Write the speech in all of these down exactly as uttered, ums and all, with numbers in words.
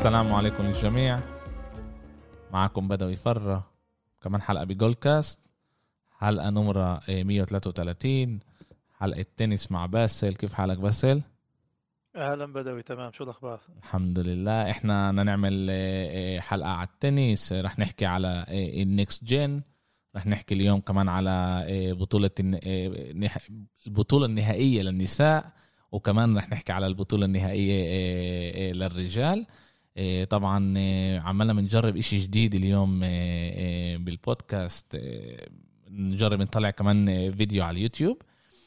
السلام عليكم للجميع. معكم بدوي فرة، كمان حلقة بجول كاست، حلقة نمرة مية وثلاثة وثلاثين، حلقة تنس مع باسل. كيف حالك باسل؟ اهلا بدوي، تمام. شو الاخبار؟ الحمد لله. احنا بدنا نعمل حلقة على التنس، رح نحكي على النكست جين، رح نحكي اليوم كمان على بطولة البطولة النهائية للنساء، وكمان رح نحكي على البطولة النهائية للرجال. طبعا عمالنا بنجرب اشي جديد اليوم بالبودكاست، نجرب نطلع كمان فيديو على اليوتيوب.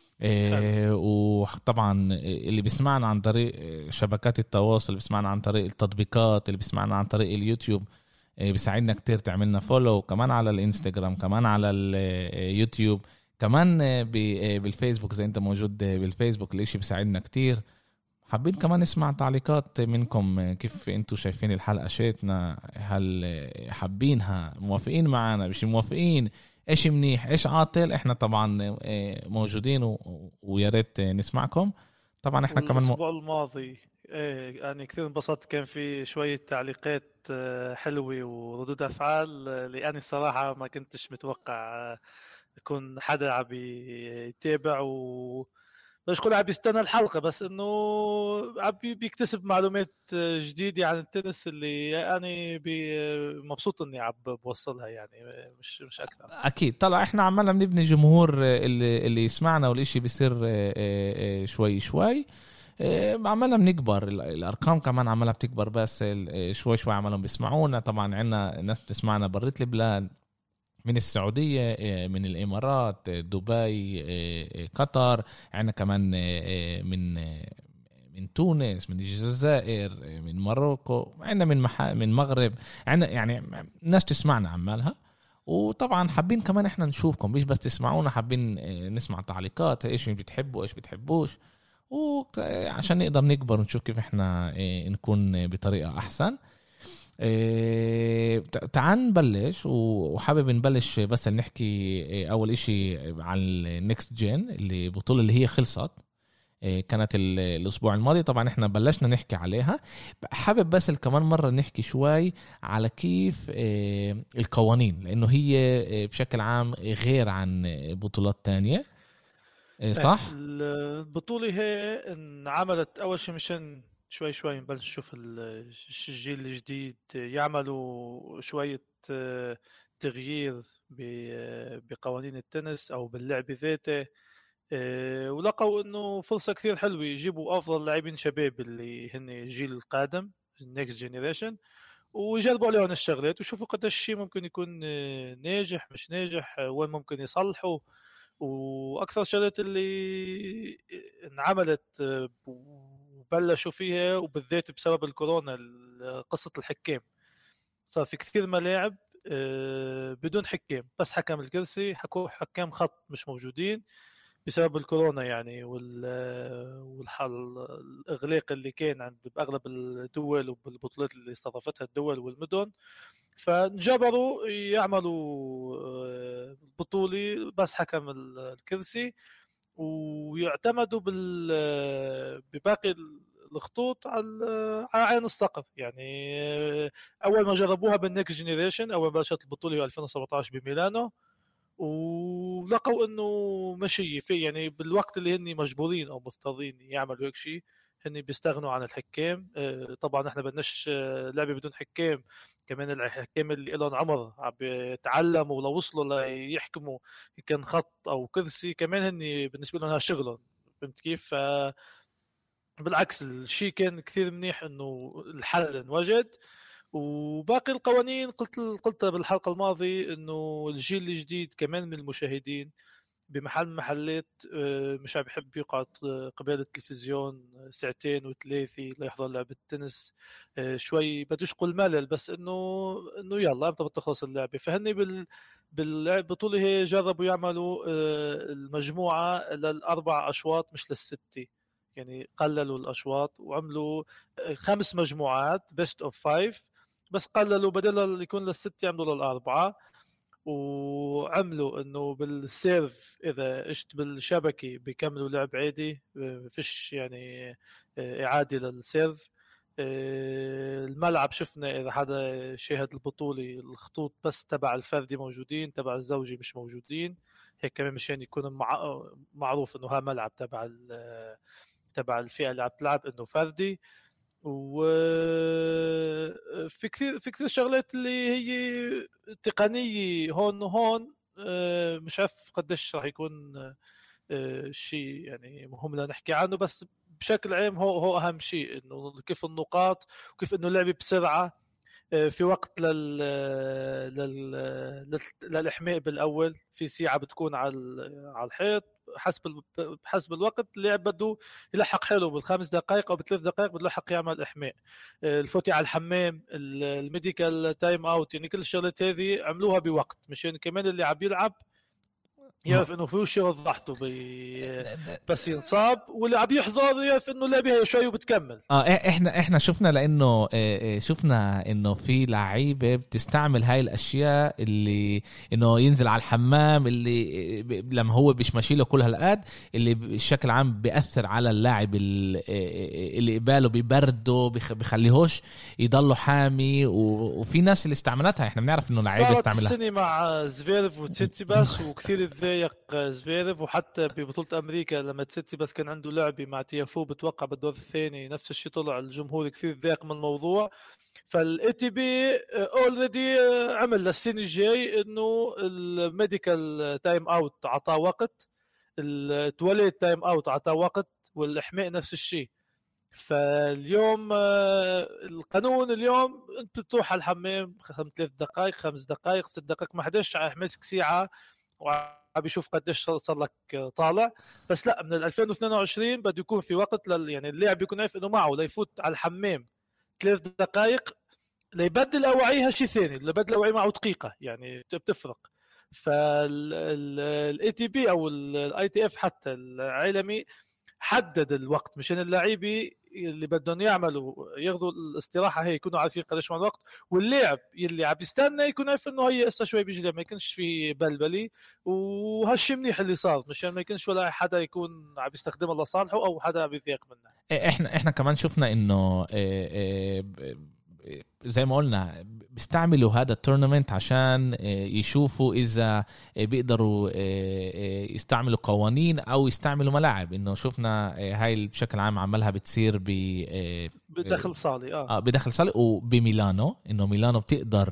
وطبعا اللي بيسمعنا عن طريق شبكات التواصل، اللي بيسمعنا عن طريق التطبيقات، اللي بيسمعنا عن طريق اليوتيوب، بيساعدنا كتير تعملنا فولو كمان على الانستغرام، كمان على اليوتيوب، كمان بالفيسبوك. زي انت موجود بالفيسبوك، الاشي بيساعدنا كتير. حابين كمان نسمع تعليقات منكم، كيف انتوا شايفين الحلقة شيتنا؟ هل حابينها؟ موافقين معنا؟ مش موافقين؟ ايش منيح ايش عاطل؟ احنا طبعا موجودين ويا ريت نسمعكم. طبعا احنا كمان الاسبوع م... الماضي ايه يعني كثير انبسطت، كان في شويه تعليقات حلوه وردود افعال اللي انا الصراحه ما كنتش متوقع يكون حدا عم يتابع و مش كل عم يستنى الحلقه، بس انه عم بيكتسب معلومات جديده عن التنس اللي انا مبسوط اني عم بوصلها، يعني مش مش اكثر. اكيد طلع احنا عمالنا بنبني جمهور اللي اللي يسمعنا، والاشي بيصير شوي شوي، عمالنا بنكبر، الارقام كمان عمالها بتكبر، بس شوي شوي عمالهم بيسمعونا. طبعا عندنا ناس بتسمعنا بريت البلاد، من السعودية، من الإمارات، دبي، قطر، عندنا كمان من من تونس، من الجزائر، من موروكو، عندنا من مح... من مغرب، عندنا يعني ناس تسمعنا عمالها. وطبعا حابين كمان احنا نشوفكم، مش بس تسمعونا، حابين نسمع تعليقات، ايش بتحبوا ايش بتحبوش، وعشان نقدر نكبر ونشوف كيف احنا نكون بطريقة احسن. إيه، تعال نبلش. وحابب نبلش بس نحكي إيه اول اشي عن النكست جين، اللي بطولة اللي هي خلصت، إيه كانت الاسبوع الماضي. طبعا احنا بلشنا نحكي عليها، حابب بس كمان مرة نحكي شوي على كيف إيه القوانين، لانه هي إيه بشكل عام غير عن بطولات تانية. إيه صح؟ البطولة هي انعملت أول شيء مشان شوي شوي نبلش نشوف الجيل الجديد يعملوا شوية تغيير بقوانين التنس أو باللعب ذاته، ولقوا إنه فرصة كثير حلوة يجيبوا أفضل لاعبين شباب اللي هن الجيل القادم next generation، ويجربوا عليهم الشغلات ويشوفوا قد الشيء ممكن يكون ناجح مش ناجح، وين ممكن يصلحوا. واكثر شغلات اللي انعملت وبلشوا فيها، وبالذات بسبب الكورونا، قصة الحكام. صار في كثير ملاعب بدون حكام، بس حكم الكرسي، حكوا حكام خط مش موجودين بسبب الكورونا يعني، والإغلاق اللي كان عند بأغلب الدول وبالبطولات اللي استضافتها الدول والمدن، فنجبروا يعملوا بطولة بس حكم الكرسي، ويعتمدوا بباقي الخطوط على عين الصقر. يعني أول ما جربوها بالنكست جينيريشن، أول ما بلشت البطولة ألفين وسبعة عشر بميلانو، ولقوا انه ماشي في، يعني بالوقت اللي هني مجبورين او مضطرين يعملوا هيك شيء، هني بيستغنوا عن الحكام. طبعا احنا بدناش لعبه بدون حكام، كمان الحكام اللي لهم عمر عم بيتعلموا لو وصلوا ليحكموا كان خط او كرسي، كمان هني بالنسبه لهم هذا شغلهم. فهمت كيف؟ بالعكس الشيء كان كثير منيح انه الحل انوجد. وباقي القوانين قلت قلت بالحلقة الماضية انه الجيل الجديد كمان من المشاهدين بمحل محلات مش عم بيحب يقعد قبال التلفزيون ساعتين وثلاثة ليحضر لعبة تنس، شوي بدوش قول ملل، بس انه انه يلا امتى بتخلص اللعبة. فهني بال بالبطولة هي جربوا يعملوا المجموعة للأربع أشواط مش للستة، يعني قللوا الأشواط وعملوا خمس مجموعات best of five، بس قللوا بدل يكون للست يعملوا للأربعة. وعملوا انه بالسيرف اذا اشت بالشبكه بيكملوا لعب عادي، فيش يعني اعاده للسيرف. الملعب شفنا إذا حدا شاهد البطولة الخطوط بس تبع الفردي موجودين، تبع الزوجي مش موجودين، هيك كمان مشان يكون مع... معروف إنه ها ملعب تبع ال... تبع الفئة اللي عم تلعب إنه فردي. وفي كثير في كثير شغلات اللي هي تقنية هون وهون، مش عارف قديش راح يكون شيء يعني مهم لنحكي عنه، بس بشكل عام هو هو اهم شيء انه كيف النقاط وكيف انه اللعب بسرعه في وقت لل... لل... للاحماء بالاول، في ساعه بتكون على على الحيط حسب ال... حسب الوقت اللي بده يلحق حاله بالخمس دقائق او بثلاث دقائق بده يلحق يعمل احماء، الفوتي على الحمام، الميديكال تايم اوت، يعني كل الشغلات هذه عملوها بوقت مشان كمان اللي عم يلعب يعرف انه في شيء وضحته بي... بس ينصاب، واللي عم يحضر يعرف انه اللعبه هي شوي وبتكمل. اه احنا احنا شفنا لانه شفنا انه في لعيبه بتستعمل هاي الاشياء اللي انه ينزل على الحمام اللي لما هو مش ماشي له كل هالقد اللي بشكل عام بيأثر على اللاعب اللي قباله ببرده بخليهوش يضله حامي، وفي ناس اللي استعملتها احنا بنعرف انه لعيبه استعملها. صارت السنه مع زفيرف وتسيتسيباس وكثير ضايق زفيرف، وحتى ببطولة أمريكا لما تسيتسيباس كان عنده لعبة مع تيافو بتوقع بالدور الثاني نفس الشيء، طلع الجمهور كثير ضايق من الموضوع. فالاي تي بي اوريدي عمل للسنة الجاي انه الميديكال تايم اوت عطاه وقت، التواليت تايم اوت عطاه وقت، والاحماء نفس الشيء. فاليوم القانون اليوم انت بتروح على الحمام ثلاث دقائق خمس دقائق ست دقائق، ما حدش يحمسك ساعة وعم بيشوف قديش صار لك طالع. بس لا، من ألفين واثنين وعشرين بده يكون في وقت لل يعني اللاعب يكون عارف انه معه ليفوت على الحمام ثلاث دقائق ليبدل اوعيها شيء ثاني، اللي بدل اوعي معه دقيقه يعني بتفرق. فالاي تي بي او الاي تي اف حتى العالمي حدد الوقت مشان اللعيبه اللي بدهم يعملوا ياخذوا الاستراحه هي يكونوا عارفين قديش مع الوقت، واللاعب اللي عم يستنى يكون عارف انه هي قصه شوي بيجي ما يكونش في بلبلي. وهالشي منيح اللي صار مشان ما يكونش ولا حدا يكون عم يستخدمها لصالحه او حدا عم يضيق منه. احنا احنا كمان شفنا انه زي ما قلنا بيستعملوا هذا التورنمنت عشان يشوفوا إذا بيقدروا يستعملوا قوانين أو يستعملوا ملاعب. إنه شفنا هاي بشكل عام عملها بتصير ب بدخل صالي آه. آه بدخل صالي وبميلانو، إنه ميلانو بتقدر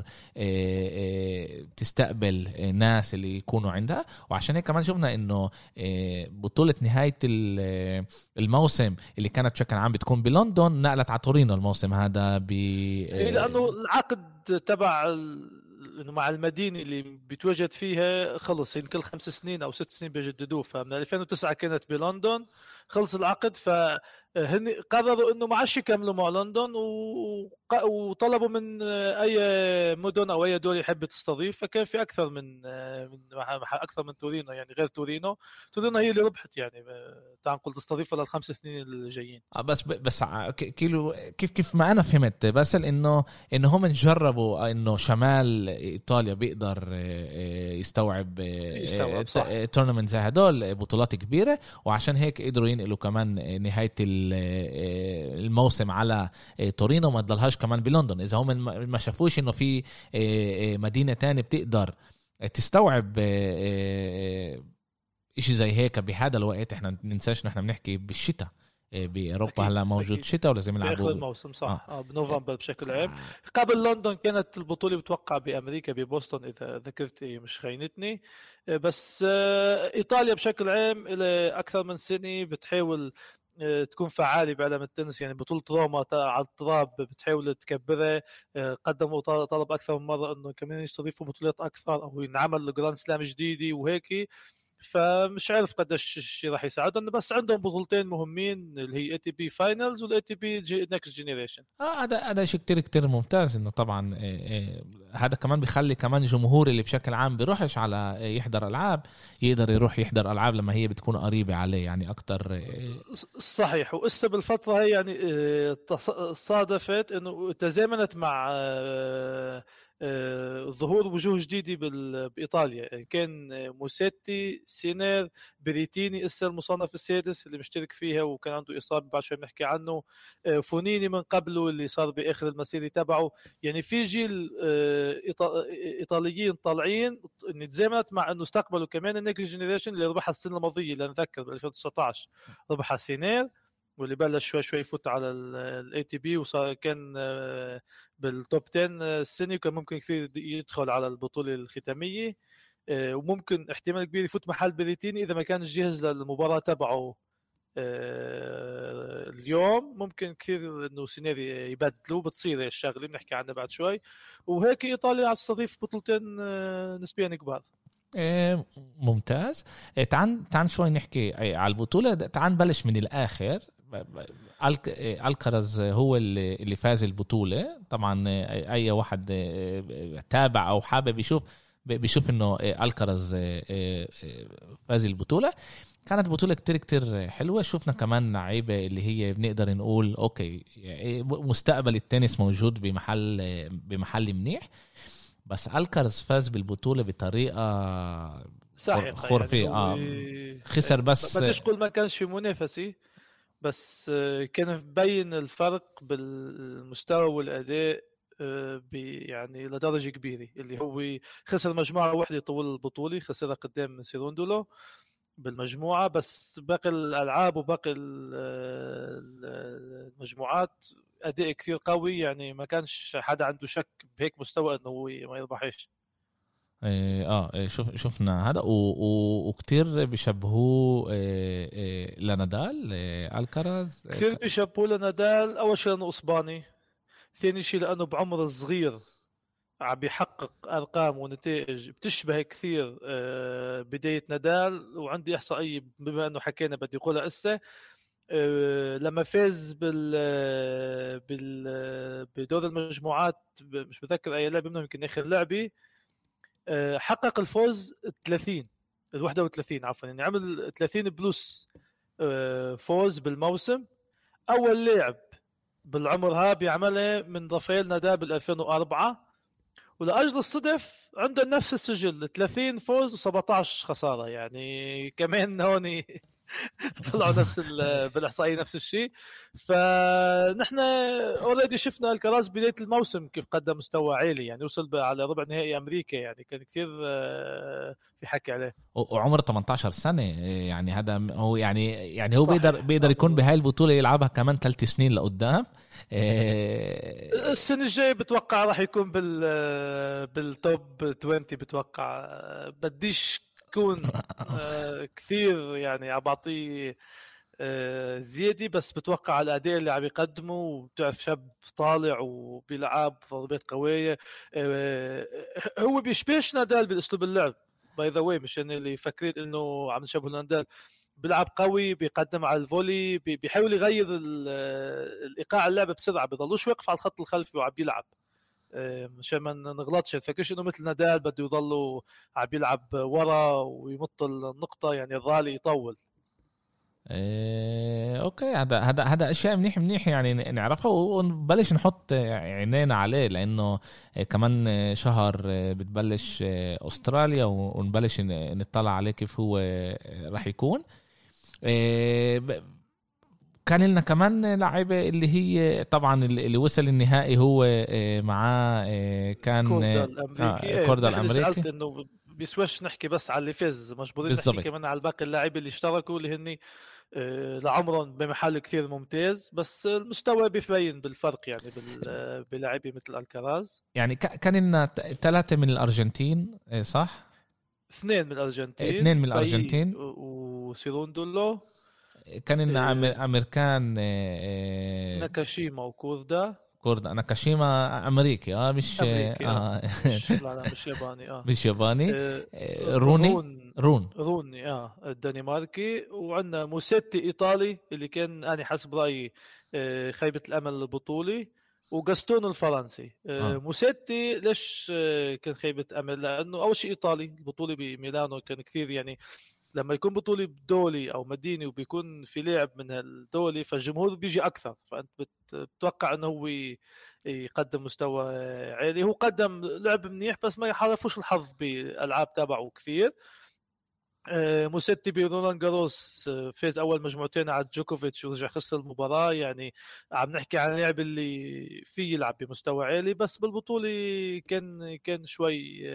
تستقبل ناس اللي يكونوا عندها. وعشان هيك كمان شفنا إنه بطولة نهاية الموسم اللي كانت بشكل عام بتكون بلندن نقلت على تورينو الموسم هذا ب لأنه العقد تبع انه مع المدينه اللي بيتواجد فيها خلص، يعني كل خمس سنين او ست سنين بيجددوه. فمن ألفين وتسعة كانت بلندن خلص العقد، فهن قرروا انه ما عادش يكملوا مع لندن وطلبوا من اي مدن او اي دول يحب تستضيف. فكان في اكثر من من اكثر من تورينو، يعني غير تورينو تورينو هي اللي ربحت يعني تعال نقول تستضيف للخمس سنين الجايين. بس بس كيلو كيف كيف ما انا فهمت بس انه انه هم جربوا انه شمال ايطاليا بيقدر يستوعب تورنمنت زي هدول بطولات كبيره، وعشان هيك قدروا ينقلوا كمان نهايه الموسم على تورينو ما تضلهاش كمان بلندن. اذا هم ما شافوش انه في مدينه تانية بتقدر تستوعب إشي زي هيك بهذا الوقت. احنا ننساش نحن بنحكي بالشتاء باوروبا هلا موجود شتاء ولازم يلعبوا اخر الموسم صح آه. آه بنوفمبر بشكل عام. قبل لندن كانت البطوله بتوقع بامريكا ببوسطن اذا ذكرت مش خينتني. بس آه ايطاليا بشكل عام الى اكثر من سنه بتحاول تكون فعالة بعالم التنس. يعني بطولة روما على التراب بتحاول تكبرها، قدموا طلب أكثر من مرة أنه كمان يستضيفوا بطولات أكثر أو ينعمل جراند سلام جديدة وهيك. فمش عارف قديش الشيء راح يساعدهم، بس عندهم بطولتين مهمين اللي هي اي تي بي فاينلز والاي تي بي نكست جينيريشن. اه هذا هذا شيء كتير كتير ممتاز. انه طبعا هذا كمان بيخلي كمان جمهور اللي بشكل عام بيروحش على يحضر العاب يقدر يروح يحضر العاب لما هي بتكون قريبه عليه يعني اكتر. صحيح. وإسا بالفتره هي يعني صادفت انه تزامنت مع ظهور وجوه جديدة بإيطاليا، كان موسيتي، سينير، بريتيني إسا المصنف السادس اللي مشترك فيها وكان عنده إصابة بعد شوي بنحكي عنه، فونيني من قبله اللي صار بآخر المسيرة تبعه. يعني في جيل إيطاليين طالعين تزامنت مع أنه استقبلوا كمان النيكست جينيريشن اللي ربحها السنة الماضية اللي نذكر ب ألفين وتسعة عشر ربحها سينير، واللي بلش شوي شوي يفوت على الاي تي بي وصار كان بالتوب عشرة السنه وكان ممكن كثير يدخل على البطوله الختاميه، وممكن احتمال كبير يفوت محل بريتيني اذا ما كان جاهز للمباراه تبعه اليوم. ممكن كثير انه سيناريو يبدلوا، بتصير الشغله بنحكي عنها بعد شوي. وهيك ايطاليا عم تستضيف بطولتين نسبيا كبار. ممتاز. تعال تعال شوي نحكي على البطوله، تعال نبلش من الاخر. الكراز هو اللي فاز البطولة. طبعا أي واحد تابع أو حابب يشوف بيشوف إنه الكراز فاز البطولة. كانت بطولة كتير كتير حلوة. شفنا كمان لعيبة اللي هي بنقدر نقول أوكي مستقبل التنس موجود بمحل بمحل منيح، بس الكراز فاز بالبطولة بطريقة صحيح خرافية. يعني آه خسر بس بديش أقول ما كانش في منافسة، بس كان بين الفرق بالمستوى والأداء يعني لدرجة كبيرة. اللي هو خسر مجموعة واحدة طول البطولة، خسرها قدام سيروندولو بالمجموعة، بس باقي الألعاب وباقي المجموعات أداء كثير قوي. يعني ما كانش حدا عنده شك بهيك مستوى أنه هو ما يربحش. اه شوف شفنا هذا وكتير بيشبهوه لنادال الكراز، كثير بيشبهوه لنادال. اول شيء لانه اسباني، ثاني شيء لانه بعمر صغير عم بيحقق ارقام ونتائج بتشبه كثير بدايه نادال. وعندي احصائيه بما انه حكينا بدي اقولها اسا، لما فاز بال بال بدور المجموعات، مش بتذكر اي لعبه منهم، يمكن اخر لعبه حقق الفوز ثلاثين ال واحد وثلاثين عفوا، يعني عمل ثلاثين بلس فوز بالموسم. اول لاعب بالعمر ها بيعملها من رافائيل نادال بال ألفين وأربعة، ولاجل الصدف عنده نفس السجل ثلاثين فوز وسبعة عشر خساره. يعني كمان هون طلعوا نفس بالاحصائيه نفس الشيء. فنحن اوريدي شفنا الكراز بدايه الموسم كيف قدم مستوى عالي، يعني وصل على ربع نهائي امريكا، يعني كان كثير في حكي عليه. وعمره ثمانية عشر سنه، يعني هذا هو يعني يعني هو بيقدر بيقدر يكون بهاي البطوله يلعبها كمان ثلاث سنين لقدام. السنه الجايه بتوقع راح يكون بال بالتوب عشرين. بتوقع بديش كون كثير يعني عم بعطيه زيادة، بس بتوقع على الأداء اللي عم يقدمه. وبتعرف شاب طالع وبيلعب ضربات قوية، هو بيشبهش نادال بأسلوب اللعب باي ذا واي، مش يعني اللي فكرين إنه عم نشبه نادال. بيلعب قوي، بيقدم على الفولي، بيحاول يغير الإيقاع اللعب بسرعة، بيضلوش واقف على الخط الخلفي وعم بيلعب مشان ما نغلطش. فكرش انه مثل نادال بده يضلوا عم يلعب ورا ويمط النقطه، يعني الرالي يطول. إيه اوكي، هذا هذا هذا اشياء منيح منيح يعني نعرفها ونبلش نحط عينينا عليه، لانه كمان شهر بتبلش استراليا ونبلش نطلع عليه كيف هو راح يكون. إيه كان لنا كمان لعيبه اللي هي طبعا اللي وصل النهائي هو معاه كان كوردا الامريكي. آه كوردا الامريكي. سألت انه بيسويش نحكي بس على اللي فاز، مجبورين نحكي كمان على باقي اللاعبين اللي اشتركوا اللي هني لعمرهم بمحل كثير ممتاز، بس المستوى بيبين بالفرق يعني بلاعبي مثل الكراز. يعني كان لنا ثلاثه من الارجنتين صح؟ اثنين من الارجنتين اثنين من الارجنتين وسيروندولو. كان لنا امريكان ناكاشيما وكوردا. كوردا ناكاشيما امريكي اه مش أمريكي. اه مش لا لا مش ياباني اه مش ياباني. آه روني رون رون روني اه الدنماركي. وعندنا موسيتي ايطالي اللي كان انا حسب رايي آه خيبه الامل البطولي، وغاستون الفرنسي. آه. موسيتي ليش آه كان خيبه امل؟ لانه اول شيء ايطالي، البطوله بميلانو كان كثير يعني لما يكون بطولة دولي أو مديني وبيكون في لعب من الدولي فالجمهور بيجي أكثر، فأنت بتتوقع أنه هو يقدم مستوى عالي. هو قدم لعب منيح بس ما يحرفوش الحظ بألعاب تابعه كثير. موسيتي برولان جاروس فاز اول مجموعتين على جوكوفيتش ورجع خسر المباراه. يعني عم نحكي عن لاعب اللي فيه يلعب بمستوى عالي، بس بالبطوله كان كان شوي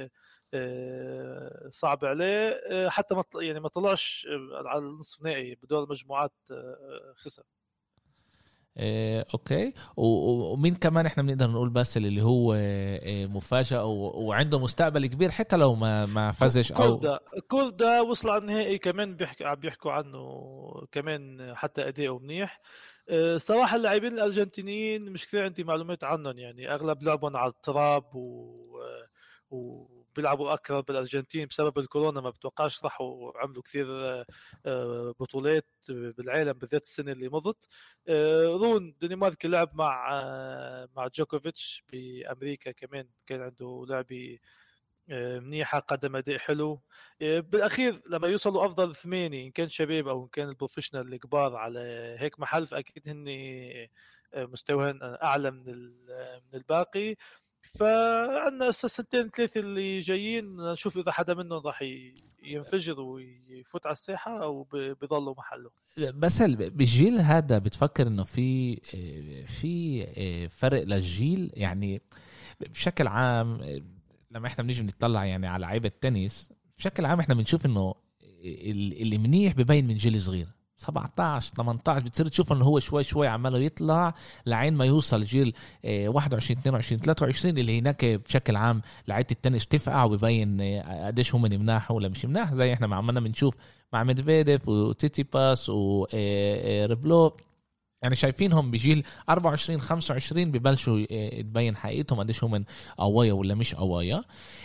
صعب عليه، حتى ما يعني ما طلعش على النصف نهائي بدور المجموعات، خسر. إيه، اوكي. ومين كمان احنا بنقدر نقول بس اللي هو إيه مفاجأة وعنده مستقبل كبير حتى لو ما ما فازش او كوردا كوردا وصل على النهائي كمان، بيحكي عم بيحكوا عنه كمان حتى اداؤه منيح. صراحه اللاعبين الارجنتينيين مش كثير عندي معلومات عنهم، يعني اغلب لعبهم على التراب و وبيلعبوا اكثر بالارجنتين بسبب الكورونا. ما بتوقعش راحوا عملوا كثير بطولات بالعالم بالذات السنه اللي مضت. رون دنمارك لعب مع مع جوكوفيتش بامريكا، كمان كان عنده لعبه منيحه، قدم اداء حلو. بالاخير لما يوصلوا افضل ثمانيه ان كان شباب او ان كان البروفيشنال الكبار على هيك محل، فاكيد هن مستواهم اعلى من من الباقي. فعندنا سنتين ثلاثه اللي جايين نشوف اذا حدا منهم راح ينفجر ويفوت على الساحه او بيضلوا محله. بس بالجيل هذا بتفكر انه في في فرق للجيل؟ يعني بشكل عام لما احنا بنيجي بنطلع يعني على لعيبه التنس بشكل عام احنا بنشوف انه اللي منيح ببين من جيل صغير سبعتاشر ثمانية عشر، بتصير تشوف انه هو شوي شوي عماله يطلع لعين ما يوصل جيل واحد وعشرين اثنين وعشرين ثلاثة وعشرين اللي هناك بشكل عام لعيبه التنس تفقع وبيبين قديش هم مناح ولا مش مناح، زي احنا ما عملنا بنشوف مع ميدفيديف وتيتي باس وريبلو. يعني شايفينهم بجيل أربعة وعشرين خمسة وعشرين ببلشوا تبين حقيقتهم قديش هم قوايا ولا مش قوايا.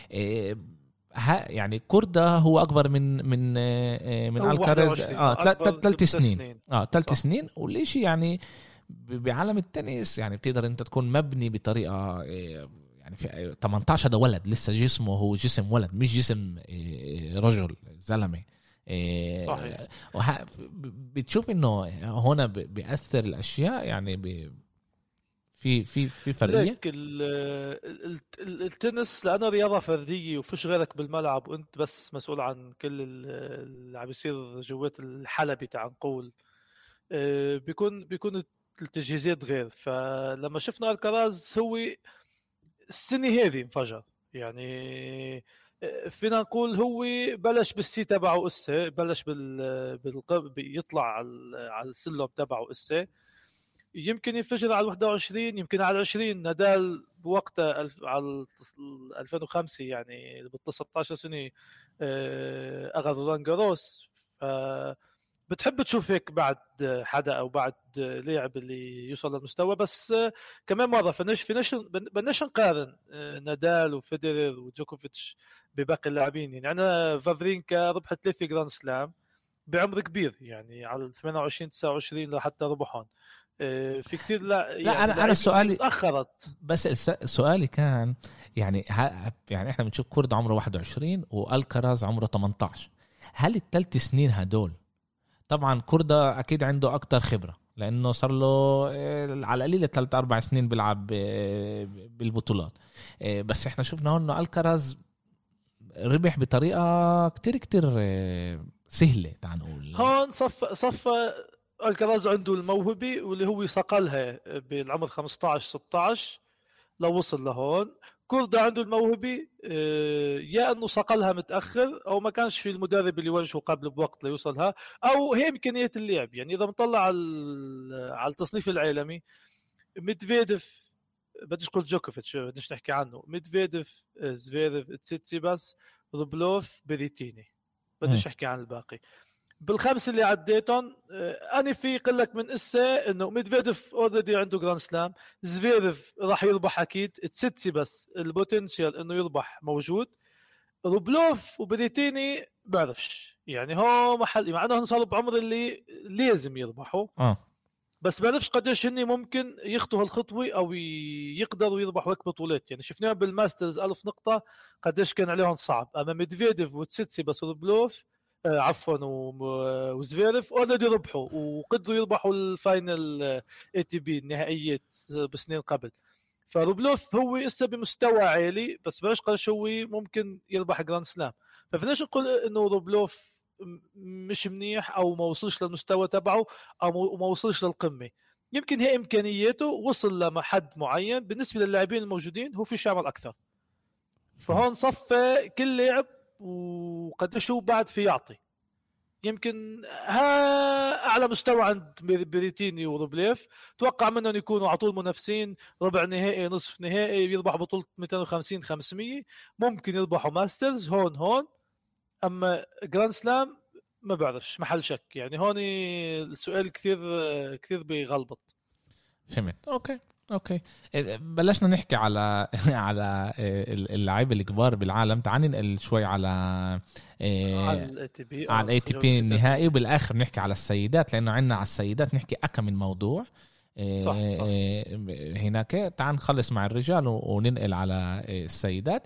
يعني كوردا هو اكبر من من من الكاريز اه ثلاث سنين اه ثلاث سنين والشيء يعني بعالم التنس يعني بتقدر انت تكون مبني بطريقه يعني في ثمانية عشر ده ولد لسه جسمه هو جسم ولد مش جسم رجل زلمه صحيح. وه... بتشوف انه هنا بيأثر الاشياء يعني ب... في في في فرقيه. التنس لانه رياضه فرديه وفيش غيرك بالملعب وانت بس مسؤول عن كل اللي عم بيصير جوات الحلبة تاع نقول، بيكون بيكون التجهيزات غير. فلما شفنا الكراز هو السنه هذه انفجر، يعني فينا نقول هو بلش بالسي تبعه اسه، بلش بال بالقب يطلع على السلم تبعه اسه، يمكن ينفجر على واحد وعشرين يمكن على عشرين. نادال بوقتها على ألفين وخمسة يعني بال ستة عشر سنه اخذ رولان جاروس. ف بتحب تشوف هيك بعد حدا او بعد لاعب اللي يوصل للمستوى. بس كمان مره فنش فينش بدناش نقارن نادال وفيدرر وجوكوفيتش بباقي اللاعبين. يعني انا فافرينكا ربح ثلاثة جراند سلام بعمر كبير، يعني على ثمانية وعشرين تسعة وعشرين لحتى ربحهم. في كثير لا يعني لا انا انا سؤالي تاخرت، بس سؤالي كان يعني يعني احنا بنشوف كورد عمره واحد وعشرين والكراز عمره ثمانية عشر، هل الثلاث سنين هدول طبعا كوردا اكيد عنده اكتر خبره لانه صار له على القليله ثلاث اربع سنين بيلعب بالبطولات، بس احنا شفنا انه الكراز ربح بطريقه كتير كتير سهله. تعال نقول هون صف صف الكراز عنده الموهبه واللي هو صقلها بالعمر خمسة عشر ستة عشر لو وصل لهون. كوردا عنده الموهبه، يا انه صقلها متاخر او ما كانش في المدرب اللي وجهه قبل بوقت ليوصلها، او هي امكانيات اللعب. يعني اذا بنطلع على على التصنيف العالمي، ميدفيديف بديش قلت جوكوفيتش بديش نحكي عنه، ميدفيديف زفيرف تسيتسيباس روبلوف بريتيني، بديش احكي عن الباقي. بالخمس اللي عديتهم أنا في قلك من إسا إنه ميدفيديف أوريدي عنده جراند سلام، زفيرف راح يربح أكيد، تسيتسي بس البوتنشال إنه يربح موجود، روبلوف وبريتيني بعرفش يعني هو محل، مع إنه صاروا بعمر اللي لازم يربحوا آه. بس بعرفش قديش هني ممكن يخطوا هالخطوة أو يقدروا يربحوا هيك بطولات. يعني شفناها بالماسترز ألف نقطة قديش كان عليهم صعب، أما ميدفيديف وتسيتسي بس وروبلوف آه عفوا وزفيرف اوريدي ربحوا وقدروا يربحوا الفاينل اي تي بي النهائيات بسنين قبل. فروبلوف هو لسه بمستوى عالي بس باش قال هو ممكن يربح جراند سلام. ففيناش نقول انه روبلوف مش منيح او ما وصلش للمستوى تبعه او ما وصلش للقمه. يمكن هي امكانياته وصل لحد معين بالنسبه للاعبين الموجودين هو في يعمل اكثر. فهون صفى كل لاعب وقديش هو بعد في يعطي. يمكن ها اعلى مستوى عند بريتيني وروبليف. توقع منهم يكونوا على طول منافسين ربع نهائي نصف نهائي يربح بطوله مئتين وخمسين خمسمية ممكن يربحوا ماسترز هون هون. اما جراند سلام ما بعرفش محل شك يعني. هون السؤال كثير كثير بيغلبط. فهمت. اوكي اوكي بلشنا نحكي على على اللاعبين الكبار بالعالم. تعال ننقل شوي على على الاي تي بي النهائي وبالاخر نحكي على السيدات لانه عندنا على السيدات نحكي اكم من موضوع. صح صح. هناك تعال نخلص مع الرجال وننقل على السيدات.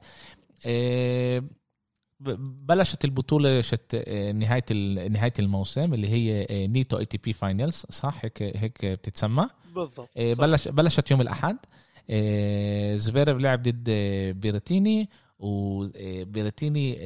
بلشت البطولة شت نهاية نهاية الموسم اللي هي نيتو اي تي بي فاينلز صح هيك هيك بتتسمى بالضبط. بلش بلشت يوم الأحد. زفيرف لعب ضد بيرتيني وبيرتيني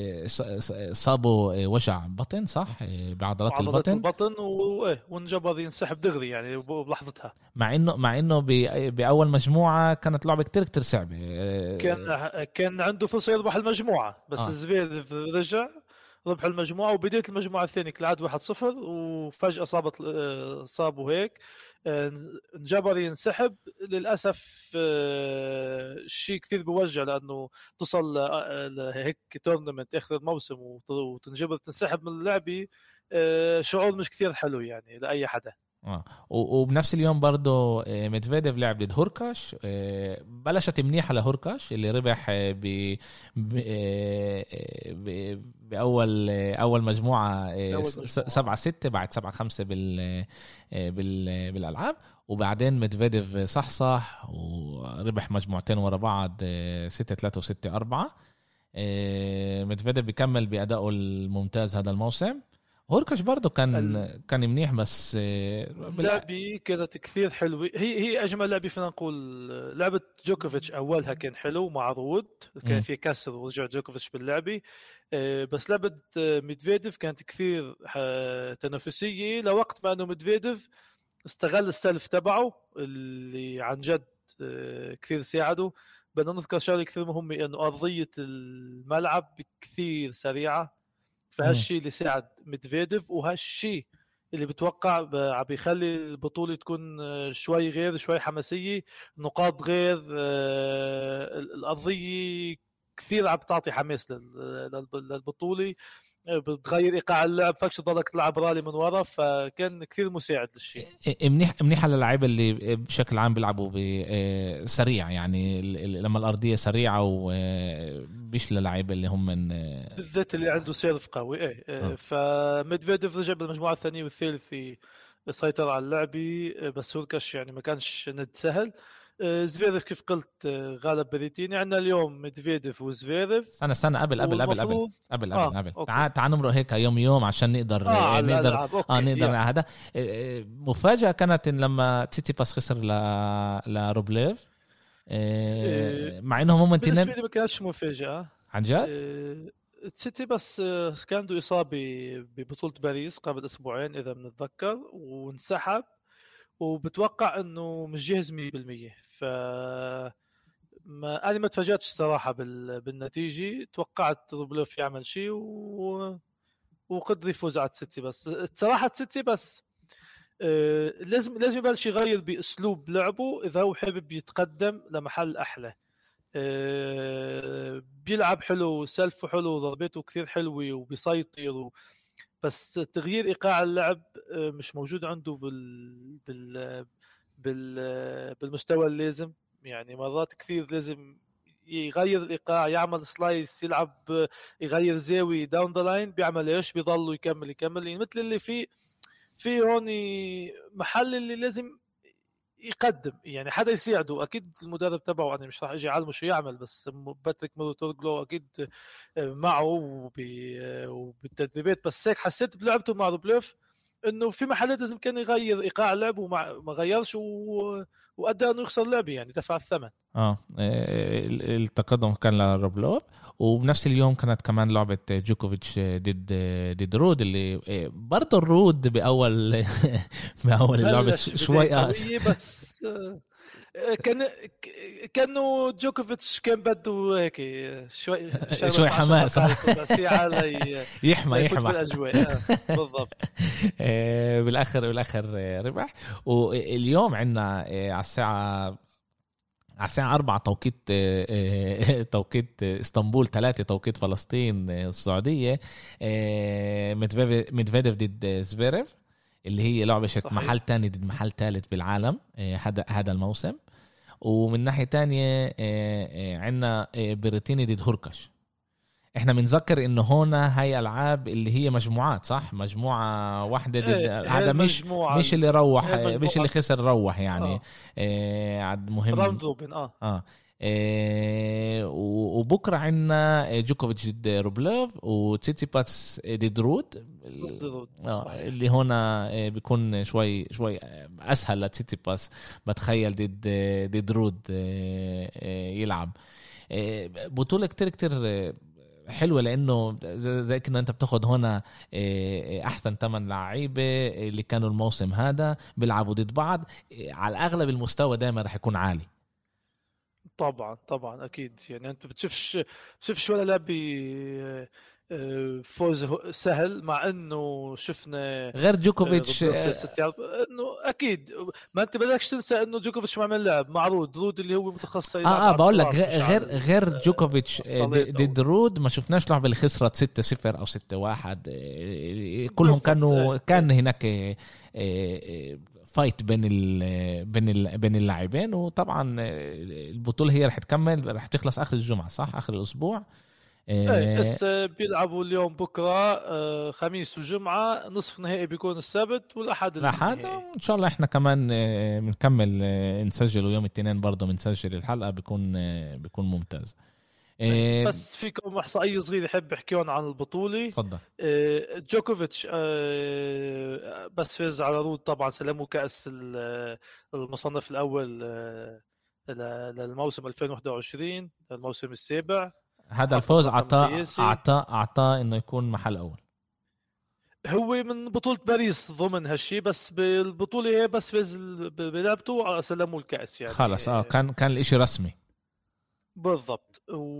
صابوا وجع بطن صح بعضلات البطن البطن وانجبر ينسحب دغري يعني بلحظتها. مع انه مع انه باول مجموعه كانت لعبه كتير كتير صعبه. كان كان عنده فرصه يربح المجموعه بس آه. زفيرف رجع ربح المجموعه وبدايه المجموعه الثانيه كالعاده واحد صفر وفجاه صابت صابوا هيك انجبر ينسحب. للاسف شيء كثير بوجع لانه تصل لهيك تورنمنت اخر الموسم وتنجبر تنسحب من اللعبه. شعور مش كثير حلو يعني لاي حدا. آه. وبنفس اليوم برضو ميدفيديف لعب ضد هوركاش. بلشت منيحة لهوركاش اللي ربح ب... ب... ب... بأول أول مجموعة سبعة ستة بعد سبعة خمسة بال... بال... بالألعاب. وبعدين ميدفيديف صحصح وربح مجموعتين ورا بعض ستة ثلاثة وستة أربعة. ميدفيديف بيكمل بأدائه الممتاز هذا الموسم. هوركاش برضو كان ال... كان منيح بس لعبي كانت كثير حلوة. هي هي أجمل لعبة فينا نقول. لعبة جوكوفيتش أولها كان حلو معروض كان في كسر ورجع جوكوفيتش باللعبة. بس لعبة ميدفيديف كانت كثير تنافسية لوقت ما أنه ميدفيديف استغل السلف تبعه اللي عن جد كثير ساعده. بدنا نذكر شغلة كثير مهمة أنه أرضية الملعب كثير سريعة. فهالشي اللي ساعد ميدفيديف وهالشي اللي بتوقع عم بيخلي البطولة تكون شوي غير شوي حماسية نقاط غير. الأرضية كثير عم تعطي حماس للبطولة بتغير إيقاع اللعب فكش تضلك تلعب رالي من ورا. فكان كثير مساعد للشيء. منيح منيح للاعيبه اللي بشكل عام بيلعبوا بسريع يعني لما الأرضية سريعة وبيش للاعيبه اللي هم من بالذات اللي عنده سيرف قوي. ايه, إيه. فميدفيديف رجع بالمجموعة الثانية والثالثة سيطر على اللعبة بس هوركاش يعني ما كانش ند سهل. زفيرف كيف قلت غالب بريتيني. عندنا اليوم ميدفيديف وزفيرف. استنى استنى قبل قبل قبل قبل قبل قبل قبل تعال تعال نمرق هيك يوم يوم عشان نقدر آه نقدر اه نقدر هذا. مفاجأة كانت لما تيتي باس خسر ل لروبليف مع انهم هم بالنسبة لي ما كانتش مفاجأة عن جد. سيتي بس كان عنده إصابة ببطولة باريس قبل أسبوعين إذا بنتذكر وانسحب وبتوقع انه مش جاهز مية بالمية. ف ما انا ما تفاجأتش صراحه بال... بالنتيجه. توقعت روبلوف يعمل شيء و... وقدر يفوز على السيتي. بس صراحه السيتي بس آه... لازم لازم يبلش يغير باسلوب لعبه اذا هو حابب يتقدم لمحل احلى. آه... بيلعب حلو سلفه حلو ضربته كثير حلوه وبيسيطر و... بس تغيير ايقاع اللعب مش موجود عنده بال بال بال بالمستوى اللازم. يعني مرات كثير لازم يغير الايقاع يعمل سلايس يلعب يغير زاويه داون ذا لاين بيعمل ايش بيضل يكمل يكمل يعني مثل اللي في في هون محل اللي لازم يقدم يعني حدا يساعده. اكيد المدرب تبعه انا مش راح اجي اعلمه شو يعمل، بس باتريك مورتورجلو اكيد معه وبالتدريبات. بس هيك حسيت بلعبته مع روبلوف انه في محلات لازم كان يغير ايقاع اللعب وما ما غيرش و... وادى انه يخسر لعبه يعني دفع الثمن. اه التقدم كان لروبلوف. وبنفس اليوم كانت كمان لعبة جوكوفيتش ضد ضد رود، اللي برضه الرود بأول بأول اللعبة شوي قوية بس كان كانوا جوكوفيتش كان بده هيك شوي شوي حماس يحمى يحمى الاجواء. بالضبط. بالاخر بالاخر ربح. واليوم عندنا على الساعه على الساعة أربعة توقيت توقيت اسطنبول، ثلاثة توقيت فلسطين السعودية، ميدفيديف ضد زفيريف، اللي هي لعبة شت محل تاني ضد محل ثالث بالعالم هذا هذا الموسم. ومن ناحية تانية عنا بريتيني ضد هوركش. احنا بنذكر انه هنا هاي العاب اللي هي مجموعات، صح؟ مجموعة واحدة ضد هذا، مش مش اللي روح مش اللي خسر روح يعني. آه. عاد مهم راوند روبن. اه اه, آه. وبكره عندنا جوكوفيتش ضد روبلوف وتسيتسيباس ضد رود. آه. اللي هنا بيكون شوي شوي اسهل لتسيتسيباس بتخيل ضد ضد رود يلعب. بطولة كتير كتير حلوة، لأنه زي كنا أنت بتاخد هنا أحسن ثمان لعيبة اللي كانوا الموسم هذا بيلعبوا ضد بعض. على الأغلب المستوى دائما رح يكون عالي. طبعا طبعا أكيد. يعني أنت بتشوفش بتشوفش ولا لاعب فوز سهل، مع انه شفنا غير جوكوفيتش انه اكيد ما انت بدكش تنسى انه جوكوفيتش ما عمل لعب مع رود رود اللي هو متخصص. اه اه بقول لك غير غير جوكوفيتش ضد رود ما شفناش لعبه اللي خسرت ستة صفر او ستة واحد. كلهم كانوا كان هناك فايت بين ال بين ال بين اللاعبين. وطبعا البطوله هي رح تكمل، رح تخلص اخر الجمعه، صح؟ اخر الاسبوع. ايه بس بيلعبوا اليوم بكره خميس وجمعه، نصف نهائي بيكون السبت والاحد الاحد. ان شاء الله احنا كمان بنكمل نسجل، ويوم الاثنين برضه بنسجل الحلقه، بيكون بيكون ممتاز. بس فيكم احصائيه صغيره يحب احكيون عن البطوله. تفضل. جوكوفيتش بس فاز على رود طبعا، سلموا كاس المصنف الاول للموسم ألفين وواحد وعشرين، الموسم السابع. هذا الفوز اعطاه اعطاه اعطاه انه يكون محل اول. هو من بطولة باريس ضمن هالشي، بس بالبطولة هي بس فاز بلعبته سلموا الكأس يعني خلص. اه كان كان الاشي رسمي. بالضبط.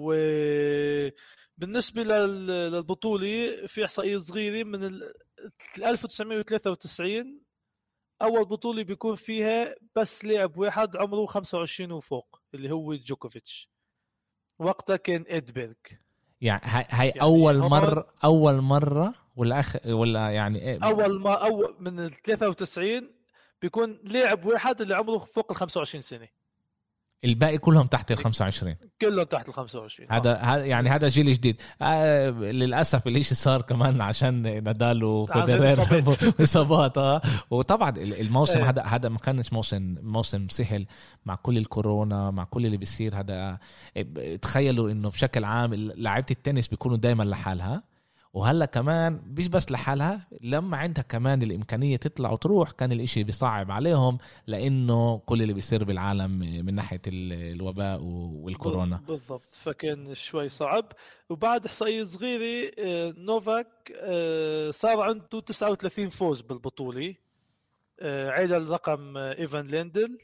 وبالنسبة للبطولة في إحصائية صغيرة من ألف وتسعمية وثلاثة وتسعين أول بطولة بيكون فيها بس لاعب واحد عمره خمسة وعشرين وفوق، اللي هو جوكوفيتش. وقتها كان إدبرغ. يعني هاي, هاي يعني أول مرة أول مرة ولا أخ ولا يعني إيه؟ أول ما أول من ال ثلاثة وتسعين بيكون لاعب واحد اللي عمره فوق ال خمسة وعشرين سنة، الباقي كلهم تحت ال خمسة وعشرين. كلهم تحت ال خمسة وعشرين. هذا آه. يعني هذا جيل جديد. آه للأسف اللي صار كمان عشان نادال وفيدرير إصابات. آه وطبعا الموسم هذا آه. هذا ما كانش موسم موسم سهل مع كل الكورونا، مع كل اللي بيصير. هذا تخيلوا إنه بشكل عام لاعيبة التنس بيكونوا دايما لحالها، وهلا كمان مش بس لحالها، لما عندها كمان الإمكانية تطلع وتروح كان الإشي بيصعب عليهم، لأنه كل اللي بيصير بالعالم من ناحية الوباء والكورونا. بالضبط، فكان شوي صعب. وبعد إحصائية صغيرة، نوفاك صار عنده تسعة وثلاثين فوز بالبطولة، عيدا الرقم إيفان ليندل.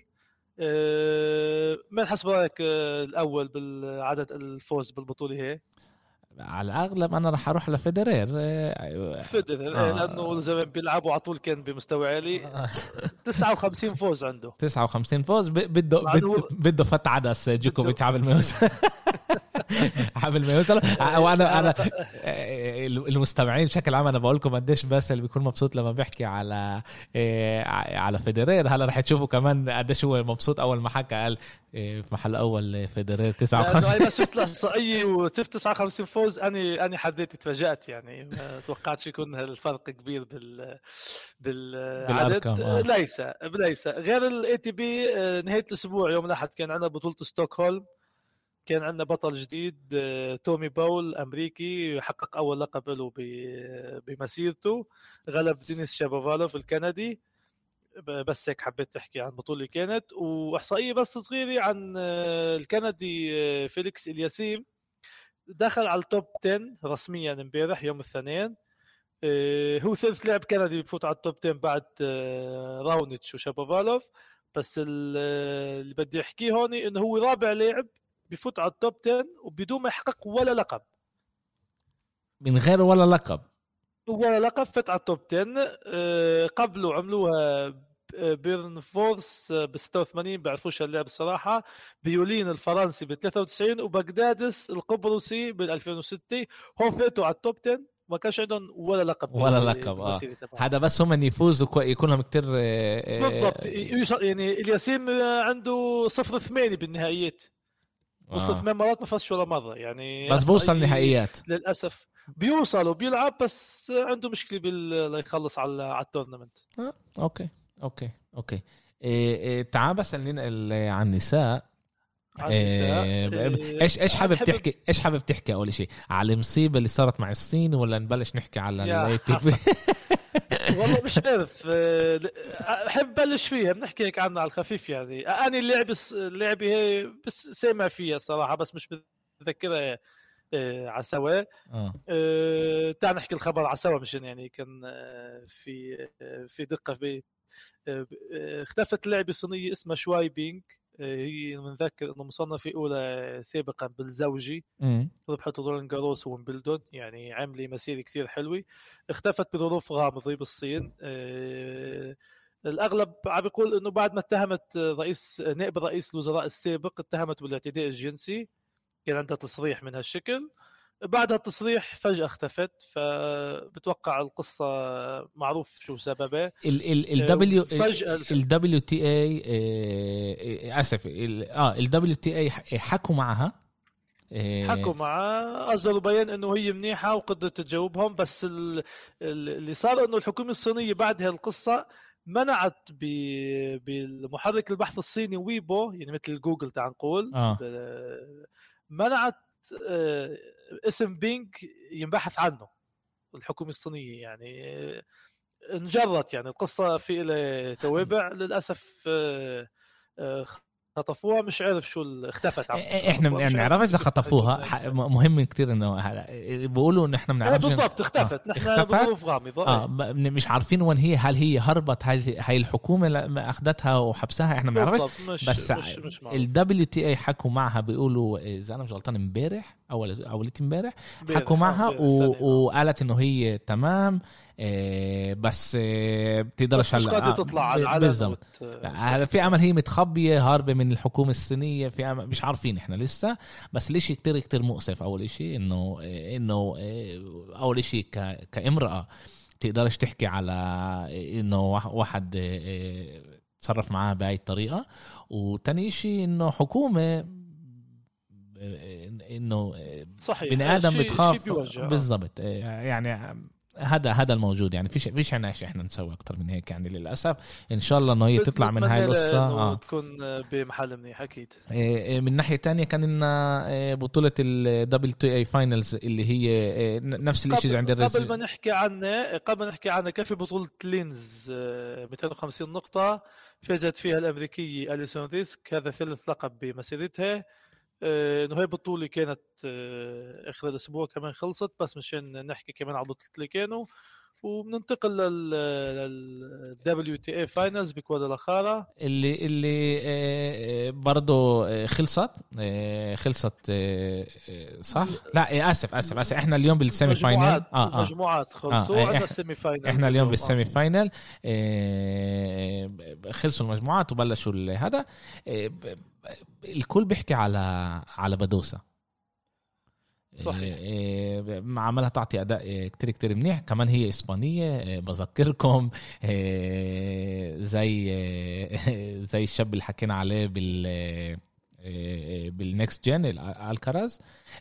من حسب رأيك الأول بالعدد الفوز بالبطولة هي؟ على الأغلب أنا رح أروح لفيدرير. فيدرير آه. لأنه زمان بيلعبوا على طول كان بمستوى عالي. تسعة وخمسين فوز عنده. تسعة وخمسين فوز. بده بده بده فت عدس جوكوفيتش عامل موسم. قبل ما يوصل. وانا انا المستمعين بشكل عام انا بقول لكم قديش بس اللي بيكون مبسوط لما بيحكي على على فيدرير. هلا رح تشوفوا كمان قديش هو مبسوط اول ما حكى قال في محل اول فيدرير تسعة وخمسين. انا شفت الاحصائيه وشفت تسعة وخمسين فوز، اني اني حديت تفاجأت يعني، ما توقعتش يكون الفرق كبير بال بالعدد. آه. ليس ليس غير الاي تي بي. نهايه الاسبوع يوم الاحد كان عندنا بطوله ستوكهولم، كان عندنا بطل جديد تومي باول امريكي حقق اول لقب له بمسيرته، غلب دينيس شابوفالوف الكندي. بس هيك حبيت تحكي عن بطولة كانت. واحصائيه بس صغيره عن الكندي فيليكس الياسيم، دخل على التوب عشرة رسميا امبارح يوم الاثنين. هو ثالث لاعب كندي بفوت على التوب عشرة بعد راونيتش وشابوفالوف. بس اللي بدي احكيه هون انه هو رابع لاعب بفوت على التوب عشرة وبدون ما يحقق ولا لقب، من غير ولا لقب ولا لقب فت على التوب عشرة. قبله عملوها بيرن فورس ب ستة وثمانين، بعرفوش اللاعب الصراحة، بيولين الفرنسي ب ثلاثة وتسعين، وبغدادس القبرصي بال ألفين وستة. هم فاتوا على التوب عشرة ما كانش عندهم ولا لقب ولا لقب. آه. هذا بس هم يفوزوا يكون لهم كتير. آه بالضبط. يعني الياسيم عنده صفر ثمانية بالنهائيات، وصل ثمان مرات ما فازش ولا مرة يعني، بس بوصل نهائيات للأسف. بيوصل وبيلعب بس عنده مشكلة بال يخلص على على التورنمنت. آه. اوكي اوكي اوكي إيه إيه تعال بس خلينا عن النساء. إيه ايش ايش حابب تحكي ايش حابب تحكي اول شيء على المصيبة اللي صارت مع الصين، ولا نبلش نحكي على الاي تي بي؟ والله مش عارف، احب بلش فيها بنحكي هيك عنها على الخفيف يعني. انا اللعبه اللعبه هي بس سامع فيها صراحه، بس مش بتذكرها على سوا. اه أه... تعال نحكي الخبر على سوا مشان يعني كان في في دقه في اختفت لعبه صينيه اسمها شواي بينج. هي بنذكر انه مصنفه اولى سابقا بالزوجي، ربحت رولان جاروس ومبلدون، يعني عامله مسيره كثير حلوه. اختفت بظروف غامضه بالصين. أه... الاغلب عم بيقول انه بعد ما اتهمت رئيس نائب رئيس الوزراء السابق اتهمت بالاعتداء الجنسي، كان عندها تصريح من هالشكل. بعد التصريح فجأة اختفت، فبتوقع القصة معروف شو سببه. ال دبليو ال دبليو تي اي اسف اه ال دبليو تي اي حكوا معها حكوا معها أصدروا بيان انه هي منيحة وقدرت تجاوبهم. بس اللي صار انه الحكومة الصينية بعد هالقصة منعت بالمحرك البحث الصيني ويبو، يعني مثل جوجل تعال نقول، آه. منعت اسم بينج ينبحث عنه الحكومة الصينية. يعني انجرت يعني القصة في إلى توابع للأسف. خطفوها، مش عارف شو اختفت. احنا ما بنعرفش اذا خطفوها. مهم كتير انه بيقولوا ان احنا بنعرفش بالضبط اختفت. آه. نحن بظروف غامضه. اه مش عارفين وين هي، هل هي هربت، هل هي الحكومه اخذتها وحبسها، احنا ما بنعرفش. بس ال دبليو تي اي حكوا معها، بيقولوا اذا انا مش غلطان امبارح اول اولت امبارح حكوا معها وقالت انه هي تمام. إيه بس إيه بتقدرش هلا آه تطلع على العالم بالضبط. وت... في امل هي متخبيه هاربه من الحكومه الصينيه، في أمل مش عارفين احنا لسه. بس الاشي كتير كتير مؤسف. اول شيء انه انه اول شيء ك... كامراه تقدرش تحكي على انه واحد تصرف معها بهاي الطريقه. وتاني شيء انه حكومه انه صحيح بني ادم بتخاف بالضبط. يعني هذا هذا الموجود يعني. فيش فيش عنا شيء احنا نسوي اكتر من هيك يعني للاسف. ان شاء الله انه هي تطلع من هاي القصه اه تكون بمحل منيح اكيد. من ناحيه تانية كان لنا بطوله الدبل تي اي فاينلز اللي هي نفس الشيء عند الرجال. قبل ما نحكي عنه قبل ما نحكي عنه كان في بطوله لينز مئتين وخمسين نقطه فازت فيها الامريكية أليسون ريسك، هذا ثالث لقب بمسيرتها. انه هاي بطولة كانت اخر الاسبوع كمان خلصت، بس مشان نحكي كمان على بطولة اللي كانوا. وبننتقل لل دبليو تي اي فاينلز بكوادالخارا اللي اللي برضه خلصت خلصت صح؟ لا اسف اسف اسف احنا اليوم بالسيمي فاينل. اه اه مجموعات خلصوا. آه. عندنا السيمي فاينل. احنا اليوم بالسيمي فاينل. خلصوا المجموعات وبلشوا هذا. الكل بيحكي على على بدوسة. صحيح. آه، عملها تعطي اداء كتير كتير منيح. كمان هي اسبانيه، آه، بذكركم آه، زي آه، زي الشاب اللي حكينا عليه بال بالنكست جن الكراز.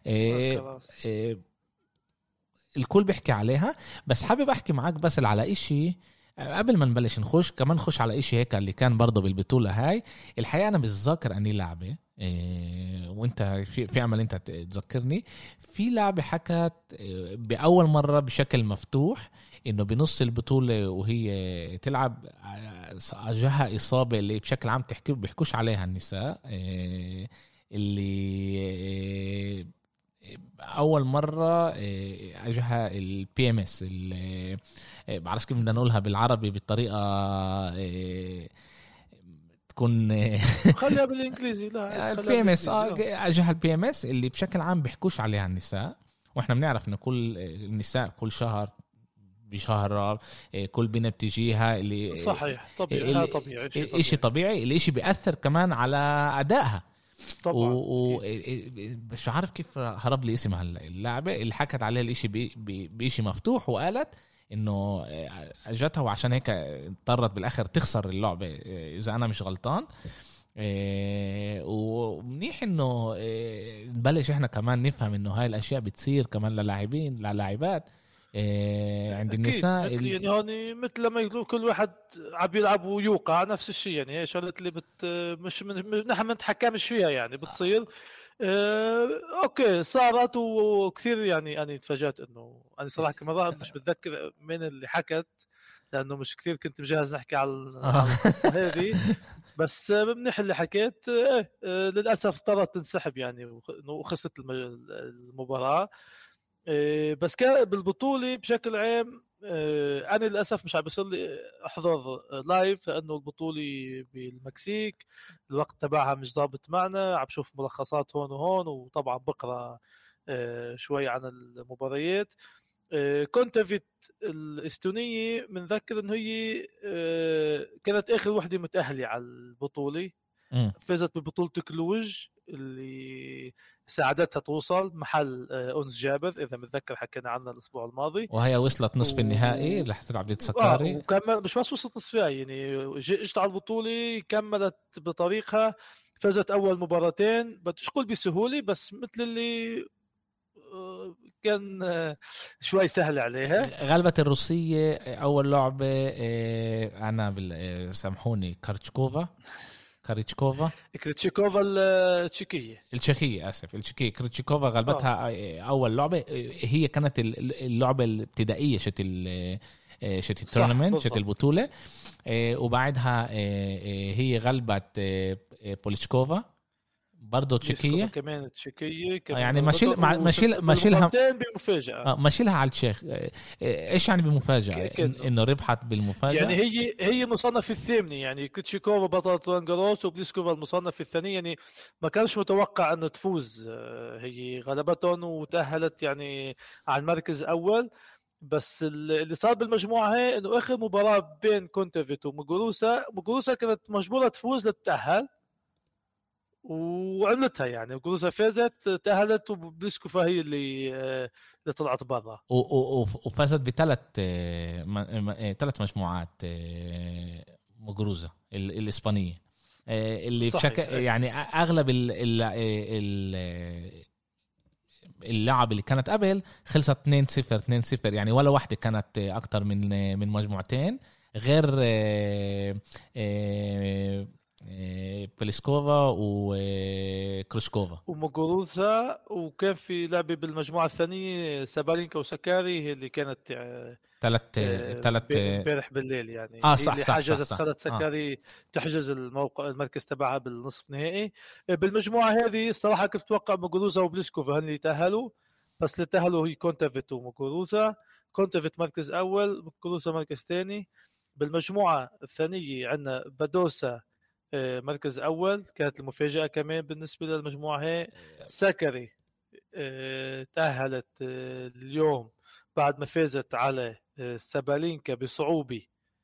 الكل بيحكي عليها، بس حابب احكي معاك بس على اشي قبل ما نبلش نخش. كمان نخش على اشي هيك اللي كان برضه بالبطولة هاي. الحقيقة انا بتذكر اني لعبة إيه، وانت في, في عمل انت تذكرني في لعبة حكت بأول مرة بشكل مفتوح انه بنص البطولة وهي تلعب جاها اصابة اللي بشكل عام تحكي بيحكوش عليها النساء، إيه اللي إيه اول مره اجها البي ام اس، اللي بعرفش كيف بدنا نقولها بالعربي بالطريقه تكون خليها بالانجليزي. لا البي ام اس اجها البي ام اس اللي بشكل عام بيحكوش عليها النساء. واحنا بنعرف ان كل النساء كل شهر بشهر كل بنت بتجيها اللي صحيح طبيعي، اللي طبيعي شيء طبيعي. طبيعي الاشي بيأثر كمان على ادائها طبعا. ومش و... عارف كيف هرب لي اسمها اللعبة اللي حكت عليها الاشي بي... بي... بإشي مفتوح، وقالت انه اجتها وعشان هيك اضطرت بالاخر تخسر اللعبة اذا انا مش غلطان. إيه ومنيح انه إيه نبلش احنا كمان نفهم انه هاي الاشياء بتصير كمان للاعبين للاعبات إيه عند النساء. مثل يعني هون مثل لما يقولوا كل واحد عم يلعب ويوقع نفس الشيء، يعني هي شغلات اللي بت مش من... نحن ما نتحكمش فيها يعني بتصير. آه، اوكي صارت وكثير يعني انا تفاجأت انه انا صراحه كمان مش بتذكر من اللي حكت لانه مش كثير كنت مجهز نحكي على القصه هذه. بس منيح اللي حكيت. ايه للاسف اضطرت تنسحب يعني وخسرت المباراه. بس كان بالبطوله بشكل عام انا للاسف مش عم بيصير لي احضر لايف لانه البطوله بالمكسيك الوقت تبعها مش ضابط معنا. عم بشوف ملخصات هون وهون وطبعا بقرا شوي عن المباريات. كونتافيت الاستونيه منذكر انه هي كانت اخر وحده متاهله على البطوله. م. فازت ببطوله كلوج اللي ساعدتها توصل محل أنس جابر إذا متذكر حكينا عنها الأسبوع الماضي، وهي وصلت نصف و... النهائي رح تلعب ضد سكاري. آه وكمل مش بس وصلت نصف النهائي يعني اجت على البطولة كملت بطريقها. فازت أول مباراتين بديش أقول بسهولة بس مثل اللي كان شوي سهل عليها. غلبت الروسية أول لعبة أنا بال... سامحوني كارتشكوفا كاريتشكوفا كريتشيكوفا التشيكية التشيكية آسف التشيكية كريتشيكوفا غلبتها آه. أول لعبة هي كانت اللعبة الابتدائية شت ال شت التورنمنت شت البطولة. وبعدها هي غلبت بوليشكوفا برضو تشيكية كمان تشيكية يعني ماشيل ماشيل ماشيلها بمفاجأة. اه ماشيلها على الشيخ. ايش يعني بمفاجأة؟ انه ربحت بالمفاجأة. يعني هي هي مصنف الثامنة يعني كريتشيكوفا بطلة رولان جاروس وبليسكوفا المصنف الثاني. يعني ما كانش متوقع انه تفوز. هي غلبتهم وتأهلت يعني على المركز الاول. بس اللي صار بالمجموعة هي انه اخر مباراة بين كونتافيت وموغوروسا موغوروسا كانت مجبورة تفوز للتأهل وعملتها يعني وجروزا فازت تأهلت وبليسكوفا هي اللي اللي طلعت برا وفازت بثلاث ثلاث مجموعات مجروزا الإسبانية اللي بشكل يعني أغلب ال ال اللعب اللي كانت قبل خلصت اثنين صفر اثنين صفر يعني ولا واحدة كانت أكتر من من مجموعتين غير بليسكوفا وكروشكوفا وموغوروزا. وكان في لعبة بالمجموعة الثانية سابالينكا وسكاري هي اللي كانت ثلاث ثلاث امبارح بالليل يعني اه صح صح حجزت صح خلت سكاري آه. تحجز الموقع المركز تبعها بالنصف نهائي. بالمجموعة هذه الصراحة كنت اتوقع موغوروزا وبليسكوفا هن اللي تأهلوا بس اللي تأهلوا هي كونتافيت وموغوروزا. كونتافيت مركز أول موغوروزا مركز ثاني. بالمجموعة الثانية عندنا بادوسا مركز أول كانت المفاجأة كمان بالنسبة للمجموعة هي. سكري تأهلت اليوم بعد ما فازت على سابالينكا بصعوبة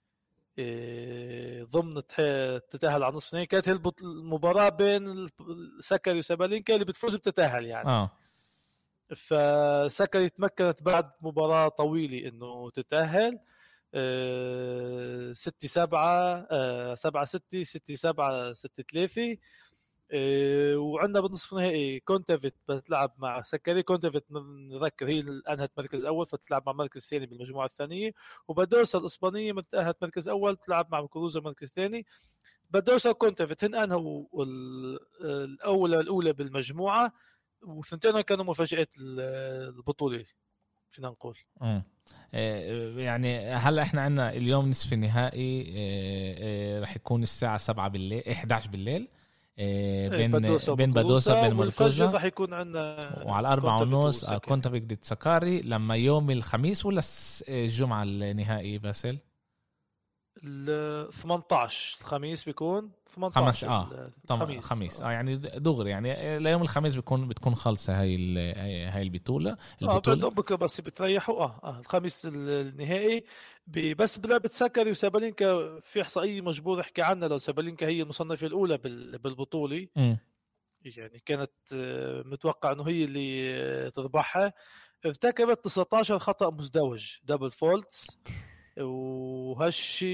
ضمن تتأهل على نصف النهائي. كانت المباراة بين سكري وسابالينكا اللي بتفوز بتتأهل يعني آه. فساكاري تمكنت بعد مباراة طويلة إنه تتأهل أه ستة سبعة أه سبعة ستة ستة سبعة ستة ثلاثة. أه وعندنا بالنصف النهائي كونتافيت بتلعب مع سكري. كونتافيت نذكر هي انهت مركز اول فتلعب مع مركز ثاني بالمجموعه الثانيه. وبادورسا الاسبانيه انتهت مركز اول تلعب مع كروزا مركز ثاني. بادورسا وكونتافيت هن انهوا الاولى الاولى بالمجموعه وثنتين كانوا مفاجاه البطوله فينا نقول. امم يعني هلا احنا عندنا اليوم نصف النهائي راح يكون الساعه سبعة بالليل إحدى عشر بالليل بين بادوسا بين بادوسا بين والفجر مركوزا. راح يكون عندنا وعلى أربعة ونص كونتافيت ضد سكاري. لما يوم الخميس ولا الجمعة النهائي باسل؟ ال ثمانية عشر الخميس بيكون ثمانية عشر خمس اه طبعا خميس اه يعني دغري يعني ليوم الخميس بيكون بتكون خالصة هاي هاي البطولة البطولة اه بكره بس بتريحوا اه, آه الخميس النهائي بس بلعبة سكري وسابالينكا. في احصائية مجبور احكي عنها لو سابالينكا هي المصنفة الاولى بالبطولة م. يعني كانت متوقع انه هي اللي تربحها. ارتكبت تسعة عشر خطأ مزدوج دبل فولتس وهالشي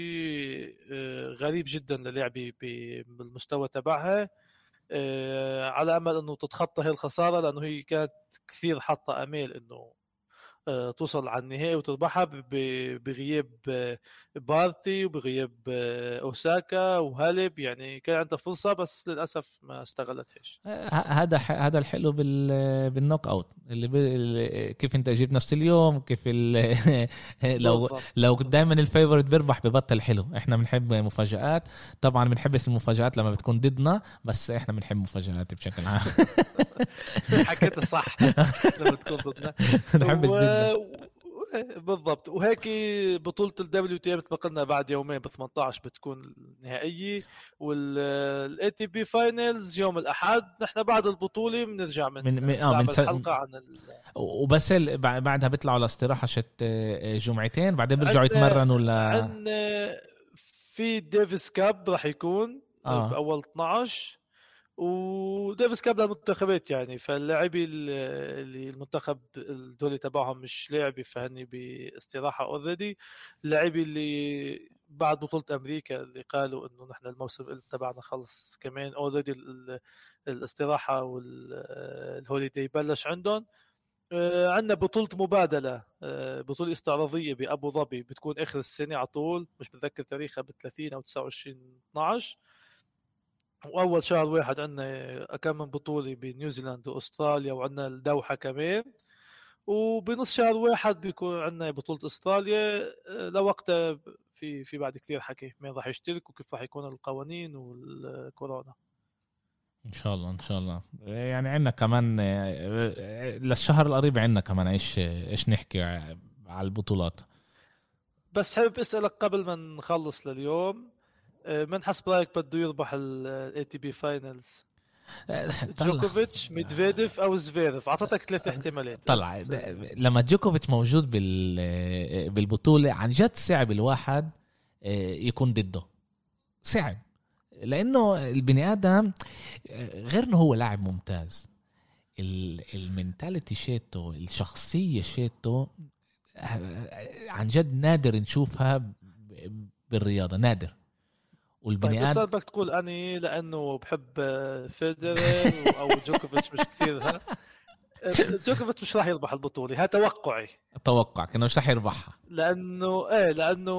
غريب جدا للعبي بالمستوى تبعها على امل انه تتخطى هي الخساره لانه هي كانت كثير حاطه امال انه توصل على النهائي وتربحها بغياب بارتي وبغياب اوساكا وهالب. يعني كان عندها فرصه بس للاسف ما استغلتهاش. هذا هذا الحلو بالنوك اوت اللي كيف انت جبت نفس اليوم كيف لو لو دائما الفيفورت بيربح ببطل حلو. احنا بنحب مفاجآت طبعا. بنحبش المفاجآت لما بتكون ضدنا بس احنا بنحب مفاجآت بشكل عام. حكيت صح لما تكون ضدنا بنحبش ضدنا بالضبط. وهيك بطولة الدبليو تي مثل ما قلنا بعد يومين ب ثمانية عشر بتكون النهائية والاي تي بي فاينلز يوم الأحد. نحن بعد البطولة بنرجع من من, من, آه من الحلقة عن ال... وبس بعدها بيطلعوا على استراحة شت جمعتين بعدين بيرجعوا يتمرنوا ل عن في ديفيس كاب راح يكون آه. بأول اثنا عشر وديفيس كاب للمنتخبات يعني. فاللاعبي اللي المنتخب الدولي تبعهم مش لاعبي فهني باستراحة اوريدي. اللاعبي اللي بعد بطولة امريكا اللي قالوا انه نحن الموسم تبعنا خلص كمان اوريدي الاستراحة والهوليدي بلش عندهم. عندنا بطولة مبادلة بطولة استعراضية بأبو ظبي بتكون آخر السنة على طول مش بتذكر تاريخها بثلاثين أو تسعة وعشرين اثنا عشر. واول شهر واحد عندنا كم من بطوله بنيوزيلندا واستراليا وعندنا الدوحه كمان. وبنص شهر واحد بيكون عندنا بطوله استراليا. لوقتها في في بعد كثير حكي مين راح يشترك وكيف راح يكون القوانين والكورونا. ان شاء الله ان شاء الله. يعني عندنا كمان للشهر القريب عندنا كمان ايش ايش نحكي على البطولات. بس حابب اسالك قبل ما نخلص لليوم من حسب رايك بده يربح الاي تي بي فاينلز؟ جوكوفيتش ميدفيديف او زفيرف؟ اعطيتك ثلاث احتمالات. طلع لما جوكوفيتش موجود بال بالبطوله عن جد صعب الواحد يكون ضده. صعب لانه البني ادم غير انه هو لاعب ممتاز. المينتاليتي شيته الشخصيه شيته عن جد نادر نشوفها بالرياضه نادر. والبني طيب بس بدك تقول اني لانه بحب فيدرر او جوكوفيتش مش كثير ها جوكوفيتش مش راح يربح البطوله. هذا توقعي توقعك انه مش راح يربحها لانه ايه لانه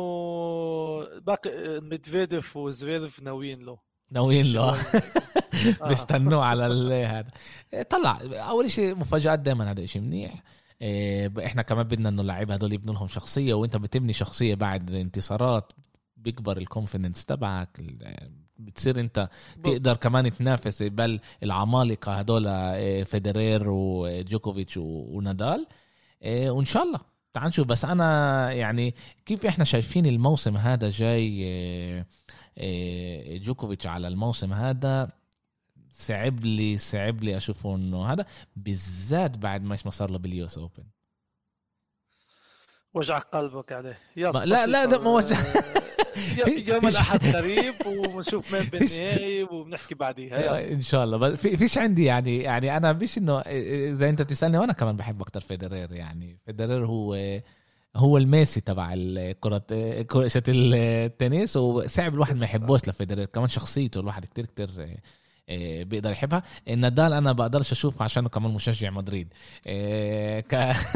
باقي ميدفيديف وزفيرف ناويين له ناويين له بيستنوا على هذا. طلع اول شيء مفاجآت دائما هذا شيء منيح. احنا كمان بدنا انه اللاعب هذول يبنوا لهم شخصيه وانت بتبني شخصيه بعد انتصارات بيكبر الكونفيدنس تبعك. بتصير انت تقدر كمان تنافس بل العمالقه هذول فيدرير وجوكوفيتش ونادال. وان شاء الله تعال نشوف. بس انا يعني كيف احنا شايفين الموسم هذا جاي جوكوفيتش على الموسم هذا صعب لي صعب لي اشوفه انه هذا بالذات بعد ما صار له باليوس اوبن. وجع قلبك عليه. يلا لا لا ده ما وجع. يوم الأحد قريب ونشوف مين بالنهائي وبنحكي بعديها ان شاء الله. بس في فيش عندي يعني يعني انا مش انه اذا انت بتسالني، وانا كمان بحب اكتر فيدرير. يعني فيدرير هو هو الميسي تبع الكرة كرة التنس، وصعب الواحد ما يحبوش لفيدرير. كمان شخصيته الواحد كتير كتير بيقدر يحبها. النادال انا بقدرش اشوفه عشانه كمان مشجع مدريد. ك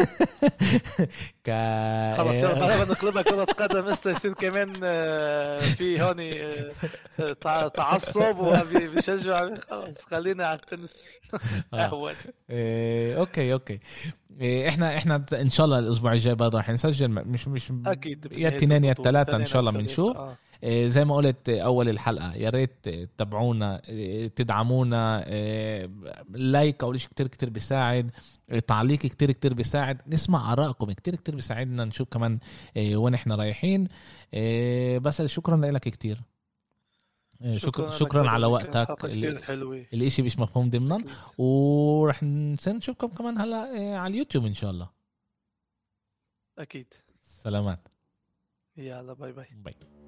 ك خلاص يلا نقلبها كرة قدم. است يصير كمان في هوني تعصب وبيشجع. خلاص خلينا على التنس اهون. اوكي اوكي. احنا احنا ان شاء الله الاسبوع الجاي برضه رح نسجل. مش مش اكيد يا اثنين يا ثلاثة ان شاء الله بنشوف. آه. زي ما قلت اول الحلقه، يا ريت تتابعونا، تدعمونا، لايك اول شيء كتير كتير بيساعد، تعليق كتير كتير بيساعد، نسمع ارائكم كتير كتير بيساعدنا نشوف كمان وين احنا رايحين. بس شكرا لك كتير. شكرا شكرا على وقتك. الاشي مش مفهوم ضمنا، ورح نشوفكم كمان هلا على اليوتيوب ان شاء الله. اكيد. سلامات. يلا باي باي. باي.